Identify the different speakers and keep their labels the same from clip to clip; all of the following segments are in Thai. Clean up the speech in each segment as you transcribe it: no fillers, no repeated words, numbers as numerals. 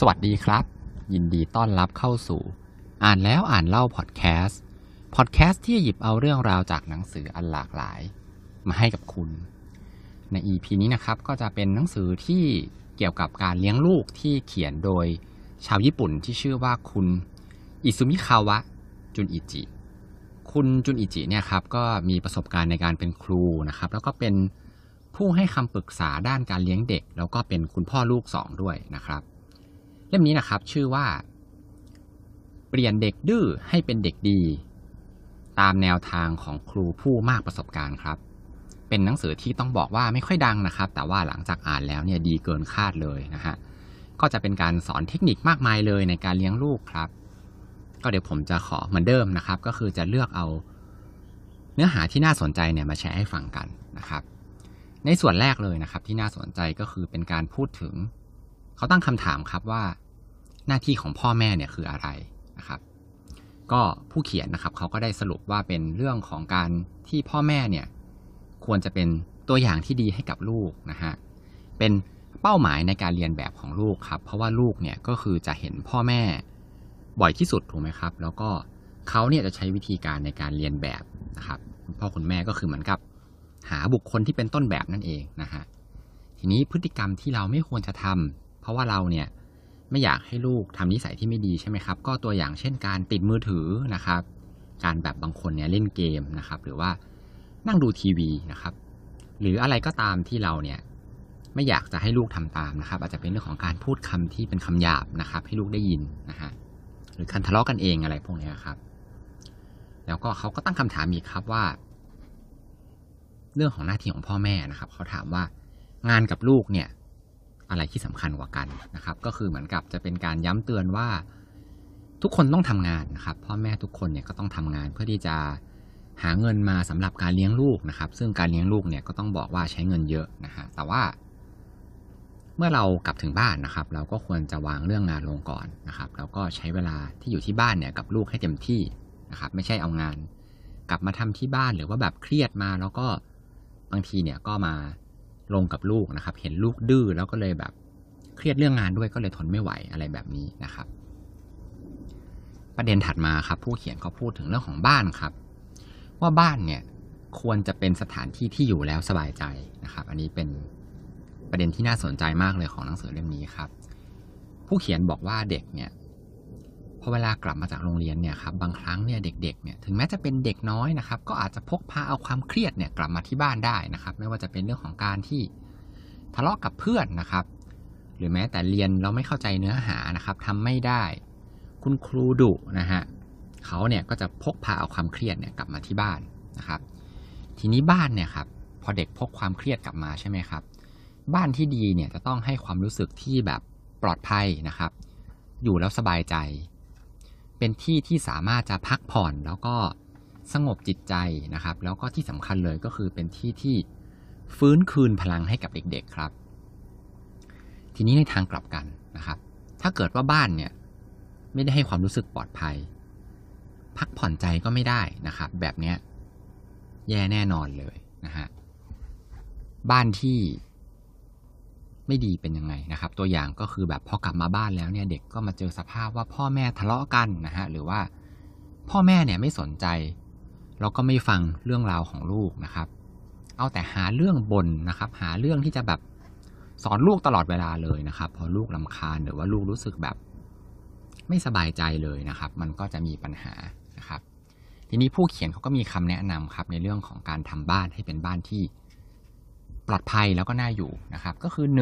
Speaker 1: สวัสดีครับยินดีต้อนรับเข้าสู่อ่านแล้วอ่านเล่าพอดแคสต์ที่หยิบเอาเรื่องราวจากหนังสืออันหลากหลายมาให้กับคุณใน EP นี้นะครับก็จะเป็นหนังสือที่เกี่ยวกับการเลี้ยงลูกที่เขียนโดยชาวญี่ปุ่นที่ชื่อว่าคุณอิซุมิคาวะจุนอิจิคุณจุนอิจิเนี่ยครับก็มีประสบการณ์ในการเป็นครูนะครับแล้วก็เป็นผู้ให้คำปรึกษาด้านการเลี้ยงเด็กแล้วก็เป็นคุณพ่อลูกสองด้วยนะครับเล่มนี้นะครับชื่อว่าเปลี่ยนเด็กดื้อให้เป็นเด็กดีตามแนวทางของครูผู้มากประสบการณ์ครับเป็นหนังสือที่ต้องบอกว่าไม่ค่อยดังนะครับแต่ว่าหลังจากอ่านแล้วเนี่ยดีเกินคาดเลยนะฮะก็จะเป็นการสอนเทคนิคมากมายเลยในการเลี้ยงลูกครับก็เดี๋ยวผมจะขอเหมือนเดิมนะครับก็คือจะเลือกเอาเนื้อหาที่น่าสนใจเนี่ยมาแชร์ให้ฟังกันนะครับในส่วนแรกเลยนะครับที่น่าสนใจก็คือเป็นการพูดถึงเขาตั้งคำถามครับว่าหน้าที่ของพ่อแม่เนี่ยคืออะไรนะครับก็ผู้เขียนนะครับเขาก็ได้สรุปว่าเป็นเรื่องของการที่พ่อแม่เนี่ยควรจะเป็นตัวอย่างที่ดีให้กับลูกนะฮะเป็นเป้าหมายในการเรียนแบบของลูกครับเพราะว่าลูกเนี่ยก็คือจะเห็นพ่อแม่บ่อยที่สุดถูกไหมครับแล้วก็เขาเนี่ยจะใช้วิธีการในการเรียนแบบนะครับคุณพ่อคุณแม่ก็คือเหมือนกับหาบุคคลที่เป็นต้นแบบนั่นเองนะฮะทีนี้พฤติกรรมที่เราไม่ควรจะทำเพราะว่าเราเนี่ยไม่อยากให้ลูกทำนิสัยที่ไม่ดีใช่ไหมครับก็ตัวอย่างเช่นการติดมือถือนะครับการแบบบางคนเนี่ยเล่นเกมนะครับหรือว่านั่งดูทีวีนะครับหรืออะไรก็ตามที่เราเนี่ยไม่อยากจะให้ลูกทำตามนะครับอาจจะเป็นเรื่องของการพูดคำที่เป็นคำหยาบนะครับให้ลูกได้ยินนะฮะหรือการทะเลาะกันเองอะไรพวกนี้ครับแล้วก็เขาก็ตั้งคำถามอีกครับว่าเรื่องของหน้าที่ของพ่อแม่นะครับเขาถามว่างานกับลูกเนี่ยอะไรที่สำคัญกว่ากันนะครับก็คือเหมือนกับจะเป็นการย้ำเตือนว่าทุกคนต้องทำงานนะครับพ่อแม่ทุกคนเนี่ยก็ต้องทำงานเพื่อที่จะหาเงินมาสำหรับการเลี้ยงลูกนะครับซึ่งการเลี้ยงลูกเนี่ยก็ต้องบอกว่าใช้เงินเยอะนะฮะแต่ว่าเมื่อเรากลับถึงบ้านนะครับเราก็ควรจะวางเรื่องงานลงก่อนนะครับแล้วก็ใช้เวลาที่อยู่ที่บ้านเนี่ยกับลูกให้เต็มที่นะครับไม่ใช่เอางานกลับมาทำที่บ้านหรือว่าแบบเครียดมาแล้วก็บางทีเนี่ยก็มาลงกับลูกนะครับเห็นลูกดื้อแล้วก็เลยแบบเครียดเรื่องงานด้วยก็เลยทนไม่ไหวอะไรแบบนี้นะครับประเด็นถัดมาครับผู้เขียนเขาพูดถึงเรื่องของบ้านครับว่าบ้านเนี่ยควรจะเป็นสถานที่ที่อยู่แล้วสบายใจนะครับอันนี้เป็นประเด็นที่น่าสนใจมากเลยของหนังสือเล่มนี้ครับผู้เขียนบอกว่าเด็กเนี่ยพอเวลากลับมาจากโรงเรียนเนี่ยครับบางครั้งเนี่ยเด็กๆเนี่ยถึงแม้จะเป็นเด็กน้อยนะครับก็อาจจะพกพาเอาความเครียดเนี่ยกลับมาที่บ้านได้นะครับไม่ว่าจะเป็นเรื่องของการที่ทะเลาะกับเพื่อนนะครับหรือแม้แต่เรียนเราไม่เข้าใจเนื้อหานะครับทำไม่ได้คุณครูดุนะฮะเขาเนี่ยก็จะพกพาเอาความเครียดเนี่ยกลับมาที่บ้านนะครับทีนี้บ้านเนี่ยครับพอเด็กพกความเครียดกลับมาใช่ไหมครับบ้านที่ดีเนี่ยจะต้องให้ความรู้สึกที่แบบปลอดภัยนะครับอยู่แล้วสบายใจเป็นที่ที่สามารถจะพักผ่อนแล้วก็สงบจิตใจนะครับแล้วก็ที่สำคัญเลยก็คือเป็นที่ที่ฟื้นคืนพลังให้กับเด็กๆครับทีนี้ในทางกลับกันนะครับถ้าเกิดว่าบ้านเนี่ยไม่ได้ให้ความรู้สึกปลอดภัยพักผ่อนใจก็ไม่ได้นะครับแบบเนี้ยแย่แน่นอนเลยนะฮะบ้านที่ไม่ดีเป็นยังไงนะครับตัวอย่างก็คือแบบพอกลับมาบ้านแล้วเนี่ยเด็กก็มาเจอสภาพว่าพ่อแม่ทะเลาะกันนะฮะหรือว่าพ่อแม่เนี่ยไม่สนใจแล้วก็ไม่ฟังเรื่องราวของลูกนะครับเอาแต่หาเรื่องบ่นนะครับหาเรื่องที่จะแบบสอนลูกตลอดเวลาเลยนะครับพอลูกรำคาญหรือว่าลูกรู้สึกแบบไม่สบายใจเลยนะครับมันก็จะมีปัญหานะครับทีนี้ผู้เขียนเขาก็มีคำแนะนำครับในเรื่องของการทำบ้านให้เป็นบ้านที่ปลอดภัยแล้วก็น่าอยู่นะครับก็คือ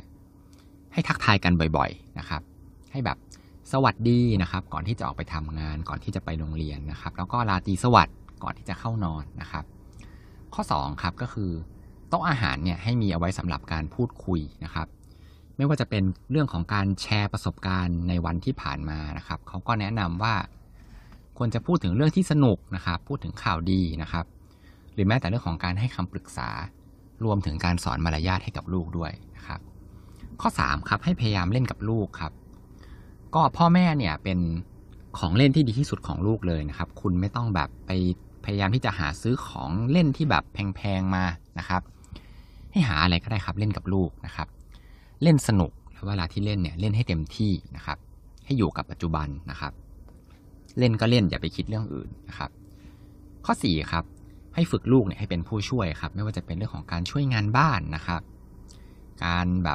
Speaker 1: 1ให้ทักทายกันบ่อยๆนะครับให้แบบสวัสดีนะครับก่อนที่จะออกไปทำงานก่อนที่จะไปโรงเรียนนะครับแล้วก็ราตรีสวัสดิ์ก่อนที่จะเข้านอนนะครับข้อ2ครับก็คือโต๊ะอาหารเนี่ยให้มีเอาไว้สำหรับการพูดคุยนะครับไม่ว่าจะเป็นเรื่องของการแชร์ประสบการณ์ในวันที่ผ่านมานะครับเขาก็แนะนำว่าควรจะพูดถึงเรื่องที่สนุกนะครับพูดถึงข่าวดีนะครับหรือแม้แต่เรื่องของการให้คำปรึกษารวมถึงการสอนมารยาทให้กับลูกด้วยนะครับข้อ3ครับให้พยายามเล่นกับลูกครับก็พ่อแม่เนี่ยเป็นของเล่นที่ดีที่สุดของลูกเลยนะครับคุณไม่ต้องแบบไปพยายามที่จะหาซื้อของเล่นที่แบบแพงๆมานะครับให้หาอะไรก็ได้ครับเล่นกับลูกนะครับเล่นสนุกเวลาที่เล่นเนี่ยเล่นให้เต็มที่นะครับให้อยู่กับปัจจุบันนะครับเล่นก็เล่นอย่าไปคิดเรื่องอื่นนะครับข้อ4ครับให้ฝึกลูกเนี่ยให้เป็นผู้ช่วยครับไม่ว่าจะเป็นเรื่องของการช่วยงานบ้านนะครับการแบบ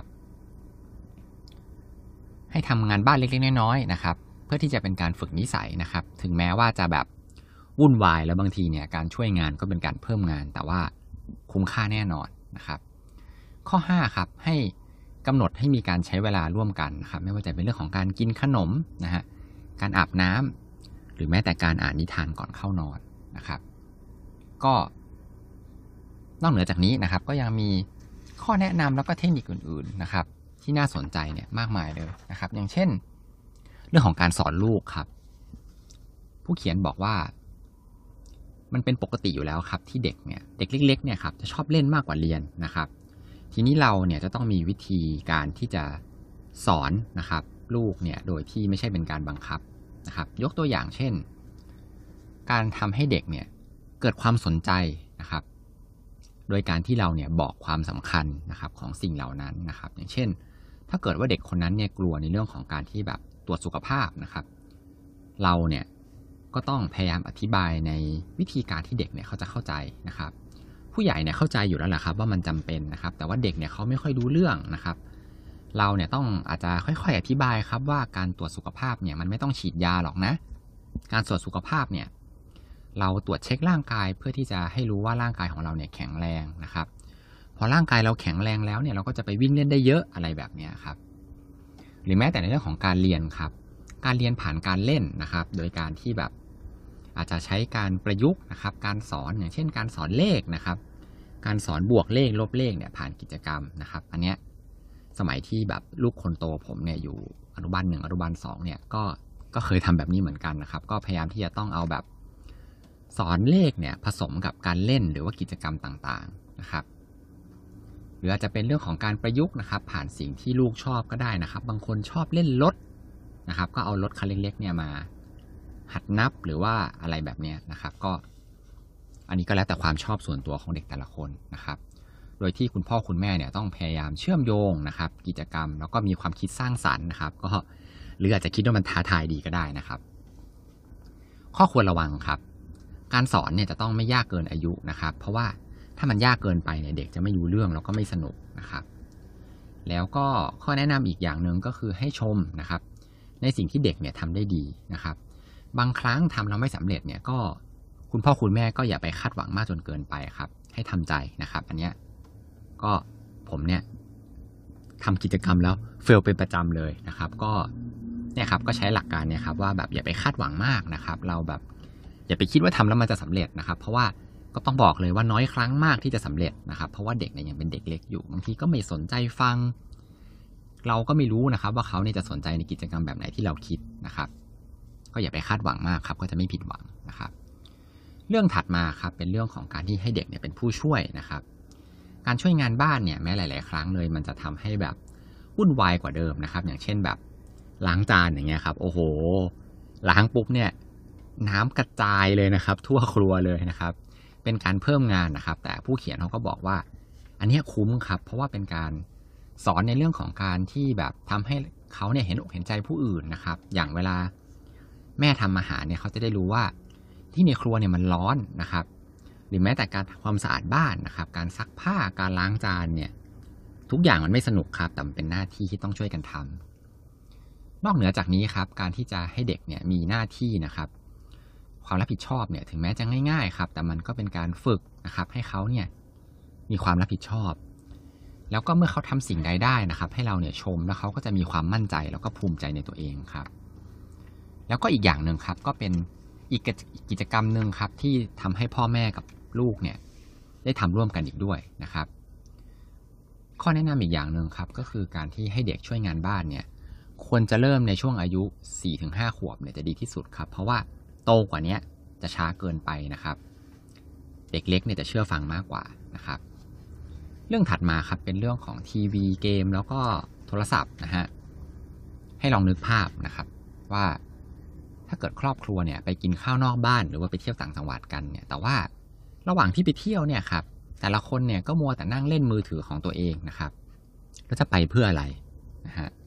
Speaker 1: ให้ทำงานบ้านเล็กๆน้อยๆนะครับเพื่อที่จะเป็นการฝึกนิสัยนะครับถึงแม้ว่าจะแบบวุ่นวายแล้วบางทีเนี่ยการช่วยงานก็เป็นการเพิ่มงานแต่ว่าคุ้มค่าแน่นอนนะครับข้อ5ครับให้กำหนดให้มีการใช้เวลาร่วมกันนะครับไม่ว่าจะเป็นเรื่องของการกินขนมนะฮะการอาบน้ำหรือแม้แต่การอ่านนิทานก่อนเข้านอนนะครับก็นอกเหนือจากนี้นะครับก็ยังมีข้อแนะนำแล้วก็เทคนิคอื่นๆนะครับที่น่าสนใจเนี่ยมากมายเลยนะครับอย่างเช่นเรื่องของการสอนลูกครับผู้เขียนบอกว่ามันเป็นปกติอยู่แล้วครับที่เด็กเล็กๆเนี่ยครับจะชอบเล่นมากกว่าเรียนนะครับทีนี้เราเนี่ยจะต้องมีวิธีการที่จะสอนนะครับลูกเนี่ยโดยที่ไม่ใช่เป็นการบังคับนะครับยกตัวอย่างเช่นการทำให้เด็กเนี่ยเกิดความสนใจนะครับโดยการที่เราเนี่ยบอกความสำคัญนะครับของสิ่งเหล่านั้นนะครับอย่างเช่นถ้าเกิดว่าเด็กคนนั้นเนี่ยกลัวในเรื่องของการที่แบบตรวจสุขภาพนะครับเราเนี่ยก็ต้องพยายามอธิบายในวิธีการที่เด็กเนี่ยเขาจะเข้าใจนะครับผู้ใหญ่เนี่ยเข้าใจอยู่แล้วแหละครับว่ามันจำเป็นนะครับแต่ว่าเด็กเนี่ยเขาไม่ค่อยรู้เรื่องนะครับเราเนี่ยต้องอาจจะค่อยๆอธิบายครับว่าการตรวจสุขภาพเนี่ยมันไม่ต้องฉีดยาหรอกนะการตรวจสุขภาพเนี่ยเราตรวจเช็คร่างกายเพื่อที่จะให้รู้ว่าร่างกายของเราเนี่ยแข็งแรงนะครับพอร่างกายเราแข็งแรงแล้วเนี่ยเราก็จะไปวิ่งเล่นได้เยอะอะไรแบบนี้ครับหรือแม้แต่ในเรื่องของการเรียนครับการเรียนผ่านการเล่นนะครับโดยการที่แบบอาจจะใช้การประยุกต์นะครับการสอนอย่างเช่นการสอนเลขนะครับการสอนบวกเลขลบเลขเนี่ยผ่านกิจกรรมนะครับอันเนี้ยสมัยที่แบบลูกคนโตผมเนี่ยอยู่อนุบาล1อนุบาล2เนี่ยก็เคยทำแบบนี้เหมือนกันนะครับก็พยายามที่จะต้องเอาแบบสอนเลขเนี่ยผสมกับการเล่นหรือว่ากิจกรรมต่างๆนะครับหรืออาจจะเป็นเรื่องของการประยุกต์นะครับผ่านสิ่งที่ลูกชอบก็ได้นะครับบางคนชอบเล่นรถนะครับก็เอารถคันเล็กๆเนี่ยมาหัดนับหรือว่าอะไรแบบนี้นะครับก็อันนี้ก็แล้วแต่ความชอบส่วนตัวของเด็กแต่ละคนนะครับโดยที่คุณพ่อคุณแม่เนี่ยต้องพยายามเชื่อมโยงนะครับกิจกรรมแล้วก็มีความคิดสร้างสรรค์นะครับก็หรืออาจจะคิดว่ามันท้าทายดีก็ได้นะครับข้อควรระวังครับการสอนเนี่ยจะต้องไม่ยากเกินอายุนะครับเพราะว่าถ้ามันยากเกินไปเนี่ยเด็กจะไม่รู้เรื่องแล้วก็ไม่สนุกนะครับแล้วก็ข้อแนะนำอีกอย่างหนึ่งก็คือให้ชมนะครับในสิ่งที่เด็กเนี่ยทำได้ดีนะครับบางครั้งทำแล้วไม่สำเร็จเนี่ยก็คุณพ่อคุณแม่ก็อย่าไปคาดหวังมากจนเกินไปครับให้ทำใจนะครับอันเนี้ยก็ผมเนี่ยทำกิจกรรมแล้วเฟลเป็นประจำเลยนะครับก็เนี่ยครับก็ใช้หลักการเนี่ยครับว่าแบบอย่าไปคาดหวังมากนะครับเราแบบอย่าไปคิดว่าทำแล้วมันจะสำเร็จนะครับเพราะว่าก็ต้องบอกเลยว่าน้อยครั้งมากที่จะสำเร็จนะครับเพราะว่าเด็กเนี่ยยังเป็นเด็กเล็กอยู่บางทีก็ไม่สนใจฟังเราก็ไม่รู้นะครับว่าเขาเนี่ยจะสนใจในกิจกรรมแบบไหนที่เราคิดนะครับก็อย่าไปคาดหวังมากครับก็จะไม่ผิดหวังนะครับเรื่องถัดมาครับเป็นเรื่องของการที่ให้เด็กเนี่ยเป็นผู้ช่วยนะครับการช่วยงานบ้านเนี่ยแม้หลายๆครั้งเลยมันจะทำให้แบบวุ่นวายกว่าเดิมนะครับอย่างเช่นแบบล้างจานอย่างเงี้ยครับโอ้โหล้างปุ๊บเนี่ยน้ำกระจายเลยนะครับทั่วครัวเลยนะครับเป็นการเพิ่มงานนะครับแต่ผู้เขียนเขาก็บอกว่าอันนี้คุ้มครับเพราะว่าเป็นการสอนในเรื่องของการที่แบบทำให้เขาเนี่ยเห็นอกเห็นใจผู้อื่นนะครับอย่างเวลาแม่ทำอาหารเนี่ยเขาจะได้รู้ว่าที่ในครัวเนี่ยมันร้อนนะครับหรือแม้แต่การทำความสะอาดบ้านนะครับการซักผ้าการล้างจานเนี่ยทุกอย่างมันไม่สนุกครับแต่มันเป็นหน้าที่ที่ต้องช่วยกันทำนอกเหนือจากนี้ครับการที่จะให้เด็กเนี่ยมีหน้าที่นะครับความรับผิดชอบเนี่ยถึงแม้จะง่ายๆครับแต่มันก็เป็นการฝึกนะครับให้เขาเนี่ยมีความรับผิดชอบแล้วก็เมื่อเขาทำสิ่งใดได้นะครับให้เราเนี่ยชมแล้วเขาก็จะมีความมั่นใจแล้วก็ภูมิใจในตัวเองครับแล้วก็อีกอย่างหนึ่งครับก็เป็นอีกกิจกรรมหนึ่งครับที่ทำให้พ่อแม่กับลูกเนี่ยได้ทำร่วมกันอีกด้วยนะครับข้อแนะนำอีกอย่างหนึ่งครับก็คือการที่ให้เด็กช่วยงานบ้านเนี่ยควรจะเริ่มในช่วงอายุ 4-5 ขวบเนี่ยจะดีที่สุดครับเพราะว่าโตกว่านี้จะช้าเกินไปนะครับเด็กเล็กเนี่ยจะเชื่อฟังมากกว่านะครับเรื่องถัดมาครับเป็นเรื่องของทีวีเกมแล้วก็โทรศัพท์นะฮะให้ลองนึกภาพนะครับว่าถ้าเกิดครอบครัวเนี่ยไปกินข้าวนอกบ้านหรือว่าไปเที่ยวต่างจังหวัดกันเนี่ยแต่ว่าระหว่างที่ไปเที่ยวเนี่ยครับแต่ละคนเนี่ยก็มัวแต่นั่งเล่นมือถือของตัวเองนะครับแล้วจะไปเพื่ออะไรนะฮะ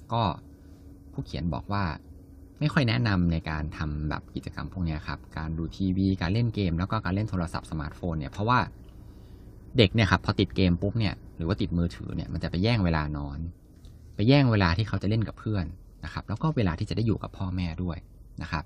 Speaker 1: ก็ผู้เขียนบอกว่าไม่ค่อยแนะนำในการทำแบบกิจกรรมพวกนี้ครับการดูทีวีการเล่นเกมแล้วก็การเล่นโทรศัพท์สมาร์ทโฟนเนี่ยเพราะว่าเด็กเนี่ยครับพอติดเกมปุ๊บเนี่ยหรือว่าติดมือถือเนี่ยมันจะไปแย่งเวลานอนไปแย่งเวลาที่เขาจะเล่นกับเพื่อนนะครับแล้วก็เวลาที่จะได้อยู่กับพ่อแม่ด้วยนะครับ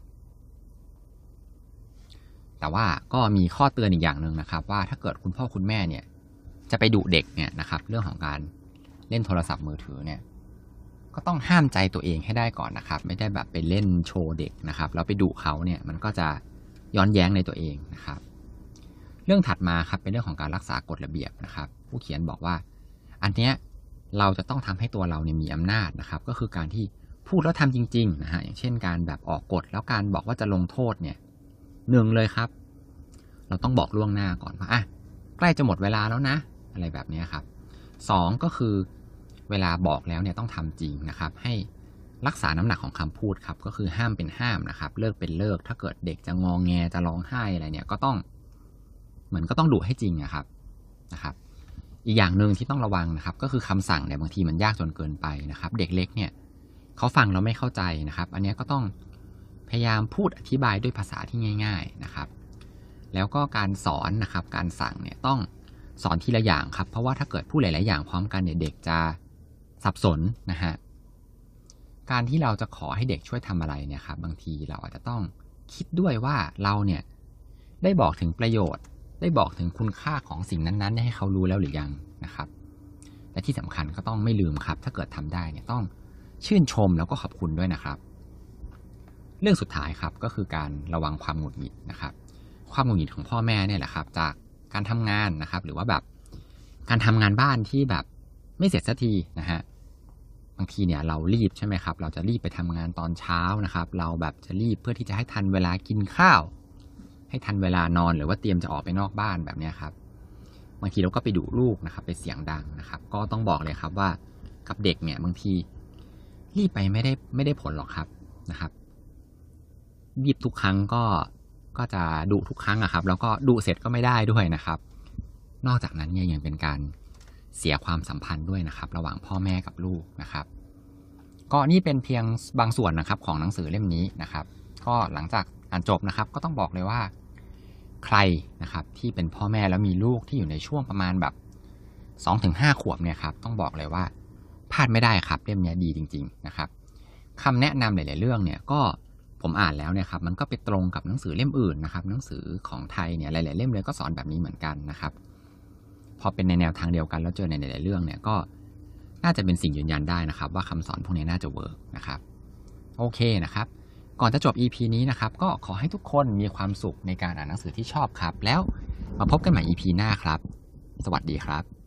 Speaker 1: แต่ว่าก็มีข้อเตือนอีกอย่างหนึ่งนะครับว่าถ้าเกิดคุณพ่อคุณแม่เนี่ยจะไปดุเด็กเนี่ยนะครับเรื่องของการเล่นโทรศัพท์มือถือเนี่ยก็ต้องห้ามใจตัวเองให้ได้ก่อนนะครับไม่ได้แบบไปเล่นโชว์เด็กนะครับแล้วไปดุเขาเนี่ยมันก็จะย้อนแย้งในตัวเองนะครับเรื่องถัดมาครับเป็นเรื่องของการรักษากฎระเบียบนะครับผู้เขียนบอกว่าอันเนี้ยเราจะต้องทำให้ตัวเราเนี่ยมีอำนาจนะครับก็คือการที่พูดแล้วทำจริงๆนะฮะอย่างเช่นการแบบออกกฎแล้วการบอกว่าจะลงโทษเนี่ยหนึ่งเลยครับเราต้องบอกล่วงหน้าก่อนว่าใกล้จะหมดเวลาแล้วนะอะไรแบบนี้ครับสองก็คือเวลาบอกแล้วเนี่ยต้องทำจริงนะครับให้รักษาน้ำหนักของคำพูดครับก็คือห้ามเป็นห้ามนะครับเลิกเป็นเลิกถ้าเกิดเด็กจะงอแงจะร้องไห้อะไรเนี่ยก็ต้องเหมือนก็ต้องดุให้จริงนะครับอีกอย่างหนึ่งที่ต้องระวังนะครับก็คือคำสั่งเนี่ยบางทีมันยากจนเกินไปนะครับเด็กเล็กเนี่ยเขาฟังแล้วไม่เข้าใจนะครับอันนี้ก็ต้องพยายามพูดอธิบายด้วยภาษาที่ง่ายๆนะครับแล้วก็การสอนนะครับการสั่งเนี่ยต้องสอนทีละอย่างครับเพราะว่าถ้าเกิดพูดหลายๆอย่างพร้อมกันเนี่ยเด็กจะสับสนนะฮะการที่เราจะขอให้เด็กช่วยทำอะไรเนี่ยครับบางทีเราอาจจะต้องคิดด้วยว่าเราเนี่ยได้บอกถึงประโยชน์ได้บอกถึงคุณค่าของสิ่งนั้นๆให้เขารู้แล้วหรือยังนะครับและที่สำคัญก็ต้องไม่ลืมครับถ้าเกิดทำได้เนี่ยต้องชื่นชมแล้วก็ขอบคุณด้วยนะครับเรื่องสุดท้ายครับก็คือการระวังความหงุดหงิดนะครับความหงุดหงิดของพ่อแม่เนี่ยแหละครับจากการทำงานนะครับหรือว่าแบบการทำงานบ้านที่แบบไม่เสร็จสักทีนะฮะบางทีเนี่ยเรารีบใช่ไหมครับเราจะรีบไปทำงานตอนเช้านะครับเราแบบจะรีบเพื่อที่จะให้ทันเวลากินข้าวให้ทันเวลานอนหรือว่าเตรียมจะออกไปนอกบ้านแบบนี้ครับบางทีเราก็ไปดุลูกนะครับไปเสียงดังนะครับก็ต้องบอกเลยครับว่ากับเด็กเนี่ยบางทีรีบไปไม่ได้ผลหรอกครับนะครับรีบทุกครั้งก็จะดุทุกครั้งครับแล้วก็ดุเสร็จก็ไม่ได้ด้วยนะครับนอกจากนั้นเนี่ยยังเป็นการเสียความสัมพันธ์ด้วยนะครับระหว่างพ่อแม่กับลูกนะครับก็นี่เป็นเพียงบางส่วนนะครับของหนังสือเล่มนี้นะครับก็หลังจากอ่านจบนะครับก็ต้องบอกเลยว่าใครนะครับที่เป็นพ่อแม่แล้วมีลูกที่อยู่ในช่วงประมาณแบบ 2-5 ขวบเนี่ยครับต้องบอกเลยว่าพลาดไม่ได้ครับเล่มนี้ดีจริงๆนะครับคำแนะนำหลายๆเรื่องเนี่ยก็ผมอ่านแล้วเนี่ยครับมันก็ไปตรงกับหนังสือเล่มอื่นนะครับหนังสือของไทยเนี่ยหลายๆเล่มเลยก็สอนแบบนี้เหมือนกันนะครับพอเป็นในแนวทางเดียวกันแล้วเจอในหลายๆเรื่องเนี่ยก็น่าจะเป็นสิ่งยืนยันได้นะครับว่าคำสอนพวกนี้น่าจะเวิร์กนะครับโอเคนะครับก่อนจะจบ EP นี้นะครับก็ขอให้ทุกคนมีความสุขในการอ่านหนังสือที่ชอบครับแล้วมาพบกันใหม่ EP หน้าครับสวัสดีครับ